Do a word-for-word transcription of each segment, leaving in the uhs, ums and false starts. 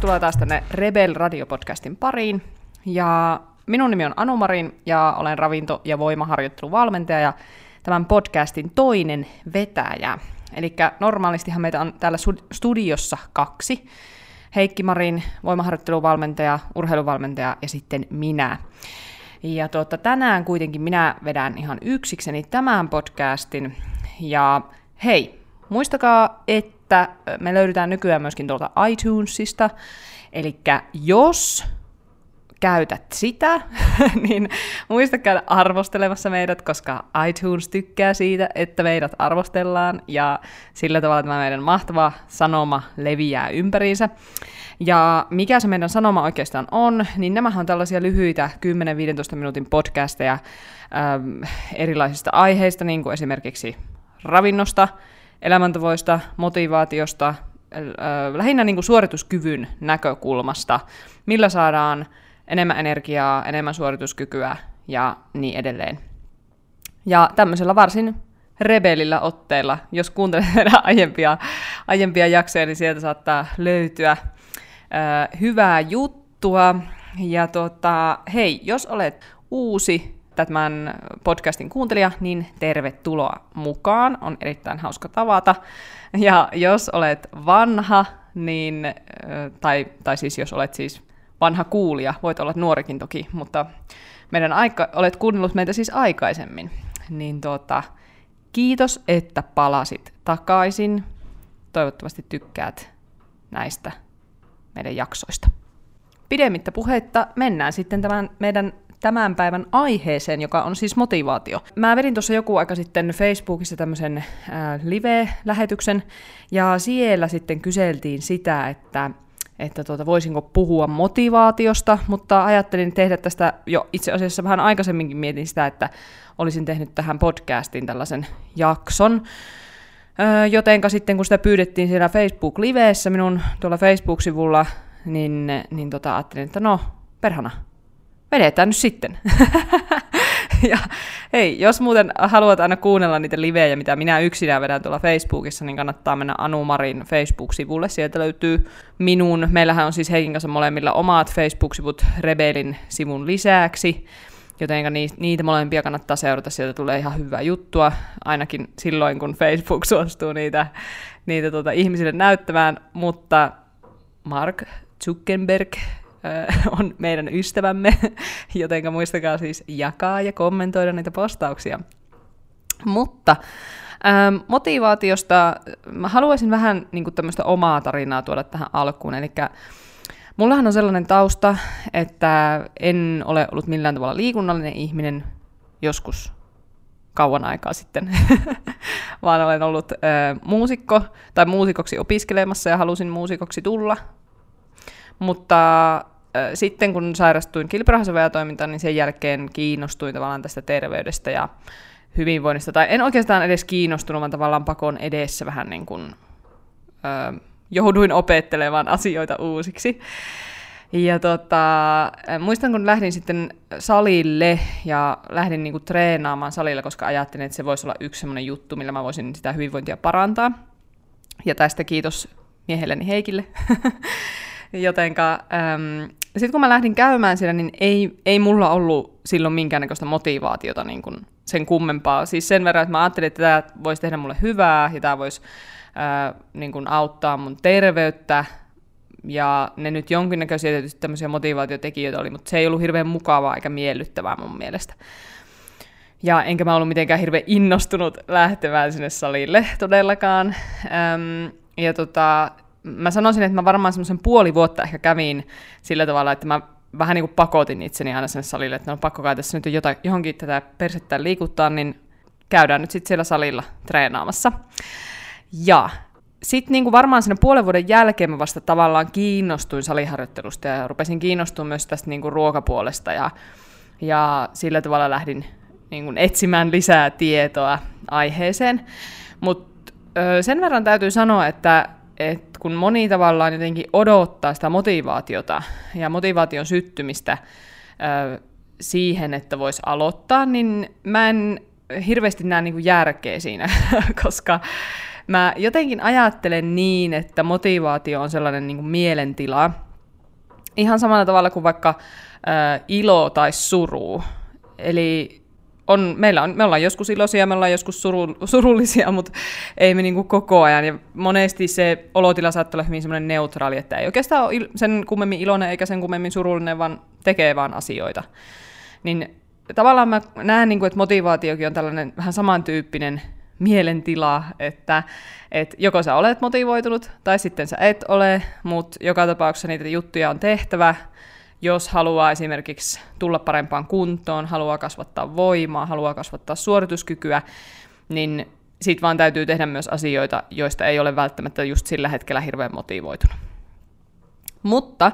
Tervetuloa taas tänne Rebel Radio-podcastin pariin. Ja minun nimi on Anu Marin ja olen ravinto- ja voimaharjoitteluvalmentaja ja tämän podcastin toinen vetäjä. Eli normaalistihan meitä on täällä studiossa kaksi. Heikki Marin, voimaharjoitteluvalmentaja, urheiluvalmentaja ja sitten minä. Ja tuota, tänään kuitenkin minä vedän ihan yksikseni tämän podcastin. Ja hei, muistakaa, että me löydetään nykyään myöskin tuolta iTunesista. Eli jos käytät sitä, niin muista käydä arvostelemassa meidät, koska iTunes tykkää siitä, että meidät arvostellaan, ja sillä tavalla tämä meidän mahtava sanoma leviää ympäriinsä. Ja mikä se meidän sanoma oikeastaan on, niin nämähän on tällaisia lyhyitä kymmenen viisitoista minuutin podcasteja ähm, erilaisista aiheista, niin kuin esimerkiksi ravinnosta, elämäntavoista, motivaatiosta, äh, lähinnä niin kuin suorituskyvyn näkökulmasta, millä saadaan enemmän energiaa, enemmän suorituskykyä ja niin edelleen. Ja tämmöisellä varsin rebelillä otteella, jos kuuntelet meidän aiempia, aiempia jaksoja, niin sieltä saattaa löytyä äh, hyvää juttua. Ja tota, hei, jos olet uusi tämän podcastin kuuntelija, niin tervetuloa mukaan. On erittäin hauska tavata. Ja jos olet vanha, niin, äh, tai, tai siis jos olet siis vanha kuulija, voit olla nuorikin toki, mutta meidän aika, olet kuunnellut meitä siis aikaisemmin, niin tuota, kiitos, että palasit takaisin. Toivottavasti tykkäät näistä meidän jaksoista. Pidemmittä puheitta mennään sitten tämän meidän tämän päivän aiheeseen, joka on siis motivaatio. Mä vedin tuossa joku aika sitten Facebookissa tämmöisen ää, live-lähetyksen, ja siellä sitten kyseltiin sitä, että että tuota, voisinko puhua motivaatiosta, mutta ajattelin tehdä tästä jo itse asiassa vähän aikaisemminkin mietin sitä, että olisin tehnyt tähän podcastiin tällaisen jakson. Öö, jotenka sitten kun sitä pyydettiin siellä Facebook-liveessä minun tuolla Facebook-sivulla, niin, niin tota, ajattelin, että no perhana, vedetään nyt sitten. Ja hei, jos muuten haluat aina kuunnella niitä livejä, mitä minä yksinään vedän tuolla Facebookissa, niin kannattaa mennä Anu Marin Facebook-sivulle. Sieltä löytyy minun, meillähän on siis Heikin kanssa molemmilla omat Facebook-sivut Rebelin sivun lisäksi, joten niitä molempia kannattaa seurata, sieltä tulee ihan hyvää juttua, ainakin silloin, kun Facebook suostuu niitä, niitä tuota, ihmisille näyttämään, mutta Mark Zuckerberg on meidän ystävämme, jotenka muistakaa siis jakaa ja kommentoida niitä postauksia. Mutta ähm, motivaatiosta mä haluaisin vähän niin kuin tämmöistä omaa tarinaa tuoda tähän alkuun. Eli mullahan on sellainen tausta, että en ole ollut millään tavalla liikunnallinen ihminen joskus kauan aikaa sitten, vaan olen ollut äh, muusikko tai muusikoksi opiskelemassa ja halusin muusikoksi tulla. Mutta äh, sitten kun sairastuin kilpirauhasveajatoimintaan, niin sen jälkeen kiinnostuin tavallaan tästä terveydestä ja hyvinvoinnista. Tai en oikeastaan edes kiinnostunut, vaan tavallaan pakon edessä vähän niin kuin äh, jouduin opettelemaan asioita uusiksi. Ja tota, muistan, kun lähdin sitten salille ja lähdin niin kuin treenaamaan salilla, koska ajattelin, että se voisi olla yksi sellainen juttu, millä mä voisin sitä hyvinvointia parantaa. Ja tästä kiitos miehelleni Heikille. Jotenka ähm, sitten kun mä lähdin käymään siellä, niin ei, ei mulla ollut silloin minkäännäköistä motivaatiota niin kuin sen kummempaa. Siis sen verran, että mä ajattelin, että tämä voisi tehdä mulle hyvää ja tämä voisi äh, niin kuin auttaa mun terveyttä. Ja ne nyt jonkinnäköisiä tietysti tämmöisiä motivaatiotekijöitä oli, mutta se ei ollut hirveän mukavaa eikä miellyttävää mun mielestä. Ja enkä mä ollut mitenkään hirveän innostunut lähtemään sinne salille todellakaan. Ähm, ja tota... Mä sanoisin, että mä varmaan semmoisen puoli vuotta ehkä kävin sillä tavalla, että mä vähän niin kuin pakotin itseni aina sinne salille, että no pakko kai tässä nyt jotain, johonkin tätä persettä liikuttaa, niin käydään nyt sitten siellä salilla treenaamassa. Ja sitten niin kuin varmaan siinä puolen vuoden jälkeen mä vasta tavallaan kiinnostuin saliharjoittelusta ja rupesin kiinnostumaan myös tästä niin kuin ruokapuolesta ja, ja sillä tavalla lähdin niin kuin etsimään lisää tietoa aiheeseen. Mutta sen verran täytyy sanoa, että että kun moni tavallaan jotenkin odottaa sitä motivaatiota ja motivaation syttymistä ö, siihen, että voisi aloittaa, niin mä en hirveästi näe niin kuin järkeä siinä, koska mä jotenkin ajattelen niin, että motivaatio on sellainen niin kuin mielentila, ihan samalla tavalla kuin vaikka äh, ilo tai suru. Eli on, meillä on, me ollaan joskus iloisia, me ollaan joskus suru, surullisia, mutta ei me niinku koko ajan. Ja monesti se olotila saattaa olla hyvin semmoinen neutraali, että ei oikeastaan ole sen kummemmin iloinen eikä sen kummemmin surullinen, vaan tekee vaan asioita. Niin tavallaan mä näen, että motivaatiokin on tällainen vähän samantyyppinen mielentila, että, että joko sä olet motivoitunut tai sitten sä et ole, mutta joka tapauksessa niitä juttuja on tehtävä, jos haluaa esimerkiksi tulla parempaan kuntoon, haluaa kasvattaa voimaa, haluaa kasvattaa suorituskykyä, niin sit vaan täytyy tehdä myös asioita, joista ei ole välttämättä just sillä hetkellä hirveän motivoitunut. Mutta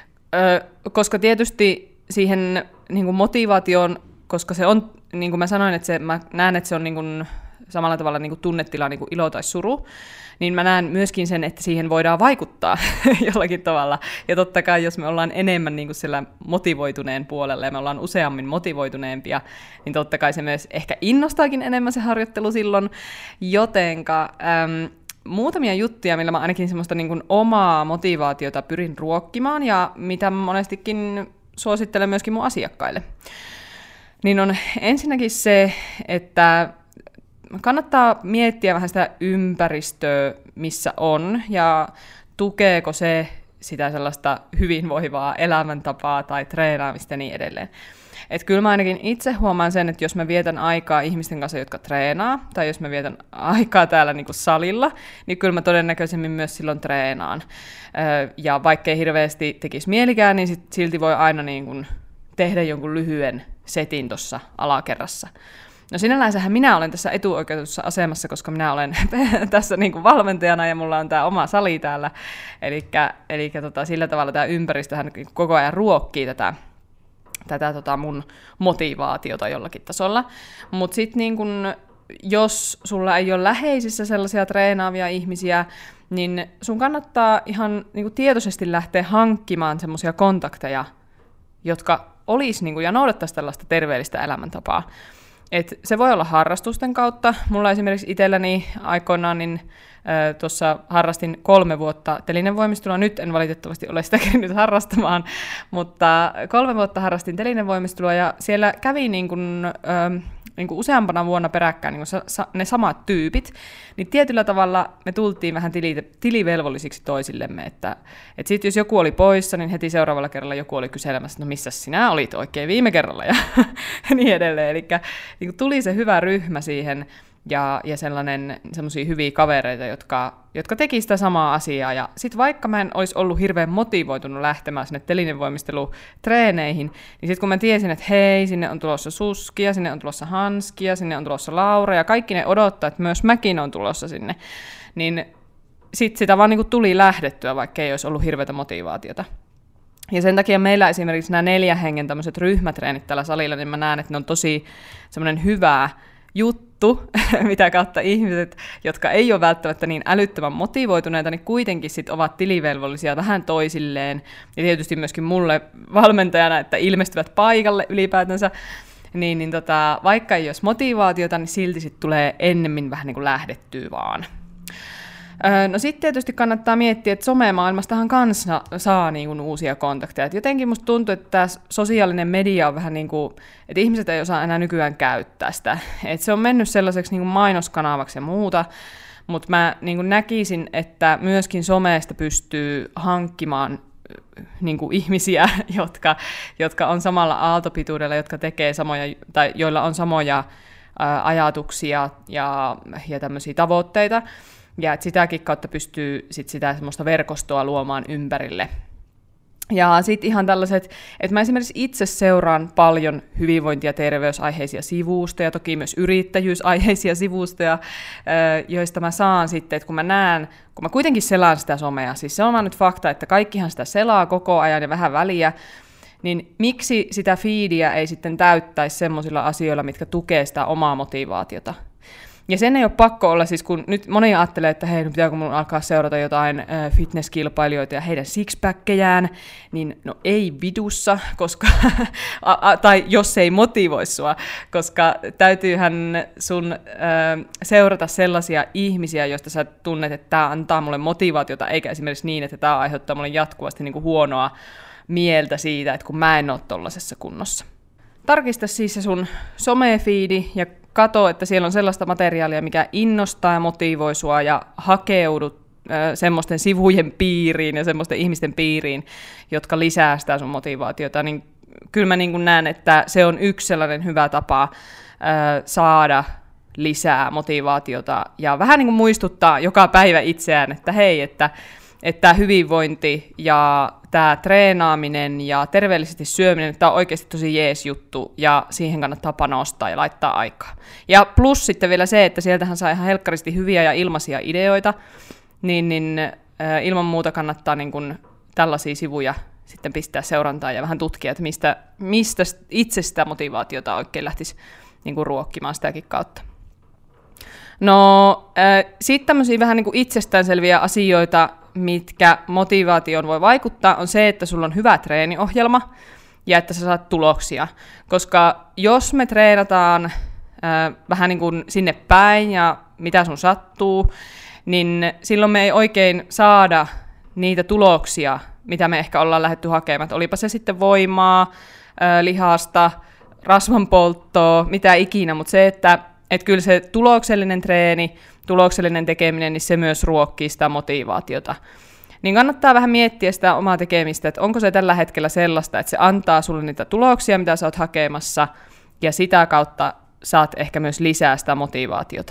koska tietysti siihen niin kuin motivaatioon, koska se on, niin kuin mä sanoin, että se, mä näen, että se on niin kuin samalla tavalla niin kuin tunnetila niin kuin ilo tai suru, niin mä näen myöskin sen, että siihen voidaan vaikuttaa jollakin tavalla. Ja totta kai, jos me ollaan enemmän niin kuin sillä motivoituneen puolella ja me ollaan useammin motivoituneempia, niin totta kai se myös ehkä innostaakin enemmän se harjoittelu silloin. Jotenka äm, muutamia juttuja, millä mä ainakin semmoista niin kuin omaa motivaatiota pyrin ruokkimaan ja mitä monestikin suosittelen myöskin mun asiakkaille. Niin on ensinnäkin se, että kannattaa miettiä vähän sitä ympäristöä, missä on, ja tukeeko se sitä sellaista hyvinvoivaa elämäntapaa tai treenaamista ja niin edelleen. Et kyllä mä ainakin itse huomaan sen, että jos mä vietän aikaa ihmisten kanssa, jotka treenaa, tai jos mä vietän aikaa täällä niin kuin salilla, niin kyllä mä todennäköisemmin myös silloin treenaan. Ja vaikkei hirveästi tekisi mielikään, niin sit silti voi aina niin kuin tehdä jonkun lyhyen setin tuossa alakerrassa. No sinällänsähän minä olen tässä etuoikeutetussa asemassa, koska minä olen tässä niin kuin valmentajana ja mulla on tämä oma sali täällä. Elikkä, elikkä tota, sillä tavalla tämä ympäristöhän koko ajan ruokkii tätä, tätä tota mun motivaatiota jollakin tasolla. Mutta sitten niin kun, jos sulla ei ole läheisissä sellaisia treenaavia ihmisiä, niin sun kannattaa ihan niin kuin tietoisesti lähteä hankkimaan semmoisia kontakteja, jotka olisi niin kuin, ja noudattaisi tällaista terveellistä elämäntapaa. Et se voi olla harrastusten kautta. Mulla esimerkiksi itselläni aikoinaan niin, äh, tuossa harrastin kolme vuotta telinevoimistelua. Nyt en valitettavasti ole sitä kerännyt harrastamaan, mutta kolme vuotta harrastin telinevoimistelua ja siellä kävi niin kun, äh, niin kuin useampana vuonna peräkkäin niin kuin sa- ne samat tyypit, niin tietyllä tavalla me tultiin vähän tili- tilivelvollisiksi toisillemme, että, että sitten jos joku oli poissa, niin heti seuraavalla kerralla joku oli kyselemässä, että no missä sinä olit oikein viime kerralla ja niin edelleen, eli niin kuin tuli se hyvä ryhmä siihen ja, ja sellainen, sellaisia hyviä kavereita, jotka, jotka teki sitä samaa asiaa. Ja sitten vaikka mä en olisi ollut hirveän motivoitunut lähtemään sinne telinevoimistelutreeneihin, niin sitten kun mä tiesin, että hei, sinne on tulossa Suskia, sinne on tulossa Hanskia, sinne on tulossa Laura, ja kaikki ne odottaa, että myös mäkin on tulossa sinne, niin sitten sitä vaan niin kuin tuli lähdettyä, vaikka ei olisi ollut hirveätä motivaatiota. Ja sen takia meillä esimerkiksi nämä neljän hengen tämmöiset ryhmätreenit tällä salilla, niin mä näen, että ne on tosi semmoinen hyvä juttu, mitä kautta ihmiset, jotka ei ole välttämättä niin älyttömän motivoituneita, niin kuitenkin sit ovat tilivelvollisia vähän toisilleen, ja tietysti myöskin mulle valmentajana, että ilmestyvät paikalle ylipäätänsä, niin, niin tota, vaikka ei olisi motivaatiota, niin silti sit tulee ennemmin vähän niin kuin lähdettyä vaan. No sitten tietysti kannattaa miettiä, että somemaailmastahan kanssa saa niin kuin uusia kontakteja. Et jotenkin musta tuntuu, että tämä sosiaalinen media on vähän niin kuin, että ihmiset ei osaa enää nykyään käyttää sitä. Et se on mennyt sellaiseksi niin kuin mainoskanavaksi ja muuta, mutta mä niin kuin näkisin, että myöskin somesta pystyy hankkimaan niin kuin ihmisiä, jotka, jotka on samalla aaltopituudella, jotka tekee samoja, tai joilla on samoja ää, ajatuksia ja, ja tämmöisiä tavoitteita. Ja että sitäkin kautta pystyy sit sitä semmoista verkostoa luomaan ympärille. Ja sitten ihan tällaiset, että mä esimerkiksi itse seuraan paljon hyvinvointi- ja terveysaiheisia sivustoja, toki myös yrittäjyysaiheisia sivustoja, joista mä saan sitten, että kun mä näen, kun mä kuitenkin selaan sitä somea, siis se on vaan nyt fakta, että kaikkihan sitä selaa koko ajan ja vähän väliä, niin miksi sitä feedia ei sitten täyttäisi semmoisilla asioilla, mitkä tukee sitä omaa motivaatiota? Ja sen ei ole pakko olla, siis kun nyt moni ajattelee, että hei, nyt pitääkö mun alkaa seurata jotain äh, fitnesskilpailijoita ja heidän sixpackejään, niin no ei vidussa, koska, a, a, tai jos se ei motivoi sua, koska täytyyhän sun äh, seurata sellaisia ihmisiä, joista sä tunnet, että tämä antaa mulle motivaatiota, eikä esimerkiksi niin, että tämä aiheuttaa mulle jatkuvasti niin kuin huonoa mieltä siitä, että kun mä en ole tollasessa kunnossa. Tarkista siis se sun somefiidi ja katso, että siellä on sellaista materiaalia, mikä innostaa ja motivoi sua ja hakeudut äh, semmoisten sivujen piiriin ja semmoisten ihmisten piiriin, jotka lisää sitä sun motivaatiota, niin kyllä mä niin kuin näen, että se on yksi sellainen hyvä tapa äh, saada lisää motivaatiota ja vähän niin kuin muistuttaa joka päivä itseään, että hei, että että tämä hyvinvointi ja tämä treenaaminen ja terveellisesti syöminen, tämä on oikeasti tosi jees juttu ja siihen kannattaa panostaa ja laittaa aikaa. Ja plus sitten vielä se, että sieltähän saa ihan helkkaristi hyviä ja ilmaisia ideoita, niin, niin äh, ilman muuta kannattaa niin kun tällaisia sivuja sitten pistää seurantaan ja vähän tutkia, että mistä, mistä itse sitä motivaatiota oikein lähtisi niin kun ruokkimaan sitäkin kautta. No äh, sitten tämmöisiä vähän niin kuin itsestäänselviä asioita, mitkä motivaatioon voi vaikuttaa, on se, että sulla on hyvä treeniohjelma ja että sä saat tuloksia. Koska jos me treenataan äh, vähän niin kuin sinne päin ja mitä sun sattuu, niin silloin me ei oikein saada niitä tuloksia, mitä me ehkä ollaan lähdetty hakemaan. Olipa se sitten voimaa, äh, lihasta, rasvanpolttoa, mitä ikinä, mutta se, että et kyllä se tuloksellinen treeni, tuloksellinen tekeminen, niin se myös ruokkii sitä motivaatiota. Niin kannattaa vähän miettiä sitä omaa tekemistä, että onko se tällä hetkellä sellaista, että se antaa sulle niitä tuloksia, mitä sä oot hakemassa, ja sitä kautta saat ehkä myös lisää sitä motivaatiota.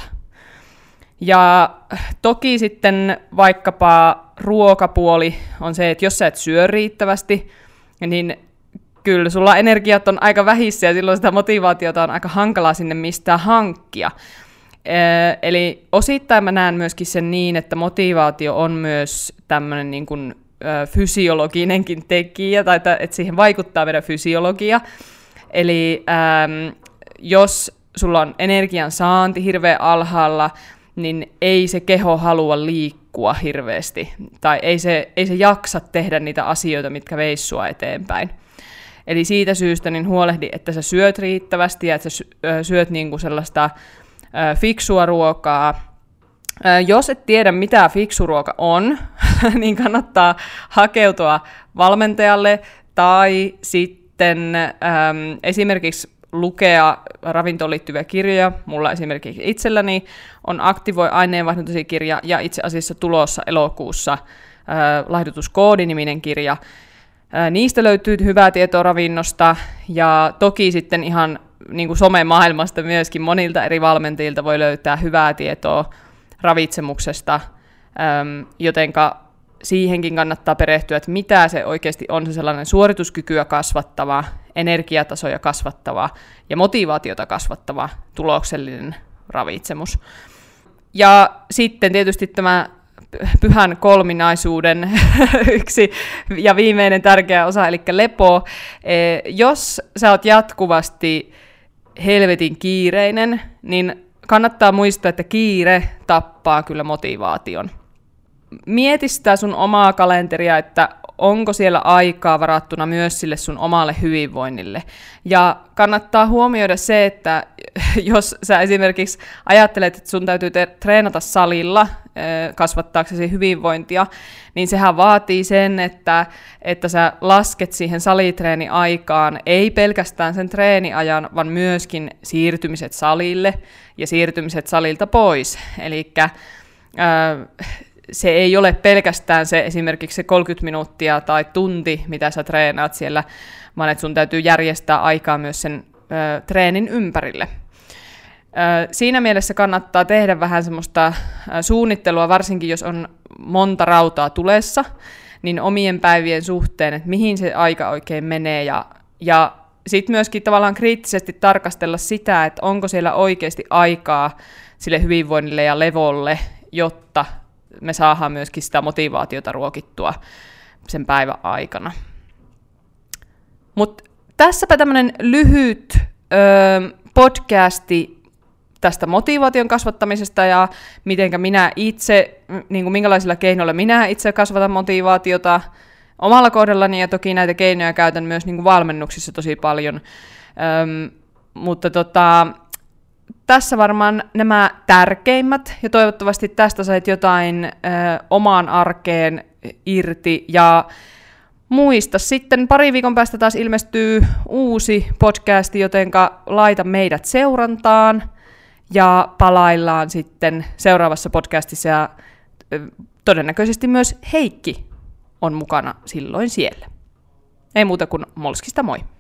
Ja toki sitten vaikkapa ruokapuoli on se, että jos sä et syö riittävästi, niin kyllä sulla energiat on aika vähissä ja silloin sitä motivaatiota on aika hankalaa sinne mistään hankkia. Eli osittain mä näen myöskin sen niin, että motivaatio on myös tämmöinen niin kuin fysiologinenkin tekijä, tai että siihen vaikuttaa meidän fysiologia. Eli ähm, jos sulla on energian saanti hirveän alhaalla, niin ei se keho halua liikkua hirveästi, tai ei se, ei se jaksa tehdä niitä asioita, mitkä veis sua eteenpäin. Eli siitä syystä niin huolehdi, että sä syöt riittävästi ja että sä syöt niinku sellaista ö, fiksua ruokaa. Ö, jos et tiedä, mitä fiksu ruoka on, niin kannattaa hakeutua valmentajalle tai sitten ö, esimerkiksi lukea ravintoon liittyviä kirjoja. Mulla esimerkiksi itselläni on Aktivoi aineenvaihduntasi-kirja ja itse asiassa tulossa elokuussa ö, Laihdutuskoodi-niminen kirja. Niistä löytyy hyvää tietoa ravinnosta ja toki sitten ihan niin kuin somemaailmasta myöskin monilta eri valmentajilta voi löytää hyvää tietoa ravitsemuksesta, jotenka siihenkin kannattaa perehtyä, että mitä se oikeasti on se sellainen suorituskykyä kasvattava, energiatasoja kasvattava ja motivaatiota kasvattava tuloksellinen ravitsemus. Ja sitten tietysti tämä pyhän kolminaisuuden yksi ja viimeinen tärkeä osa, eli lepo. Jos sä oot jatkuvasti helvetin kiireinen, niin kannattaa muistaa, että kiire tappaa kyllä motivaation. Mieti sitä sun omaa kalenteria, että onko siellä aikaa varattuna myös sille sun omalle hyvinvoinnille. Ja kannattaa huomioida se, että jos sä esimerkiksi ajattelet, että sun täytyy te- treenata salilla kasvattaaksesi hyvinvointia, niin sehän vaatii sen, että, että sä lasket siihen salitreeni-aikaan ei pelkästään sen treeniajan, vaan myöskin siirtymiset salille ja siirtymiset salilta pois. Elikkä se ei ole pelkästään se esimerkiksi se kolmekymmentä minuuttia tai tunti, mitä sä treenaat siellä, vaan että sun täytyy järjestää aikaa myös sen ö, treenin ympärille. Ö, siinä mielessä kannattaa tehdä vähän semmoista ö, suunnittelua, varsinkin jos on monta rautaa tulessa, niin omien päivien suhteen, että mihin se aika oikein menee, ja, ja sitten myöskin tavallaan kriittisesti tarkastella sitä, että onko siellä oikeasti aikaa sille hyvinvoinnille ja levolle, jotta me saadaan myöskin sitä motivaatiota ruokittua sen päivän aikana. Mutta tässäpä tämmöinen lyhyt ö, podcasti tästä motivaation kasvattamisesta ja mitenkä minä itse, niin kuin minkälaisilla keinoilla minä itse kasvatan motivaatiota omalla kohdallani, ja toki näitä keinoja käytän myös niin kuin valmennuksissa tosi paljon. Öm, mutta tota, tässä varmaan nämä tärkeimmät, ja toivottavasti tästä sait jotain ö, omaan arkeen irti, ja muista. Sitten pari viikon päästä taas ilmestyy uusi podcasti, jotenka laita meidät seurantaan ja palaillaan sitten seuraavassa podcastissa ja todennäköisesti myös Heikki on mukana silloin siellä. Ei muuta kuin molskista moi!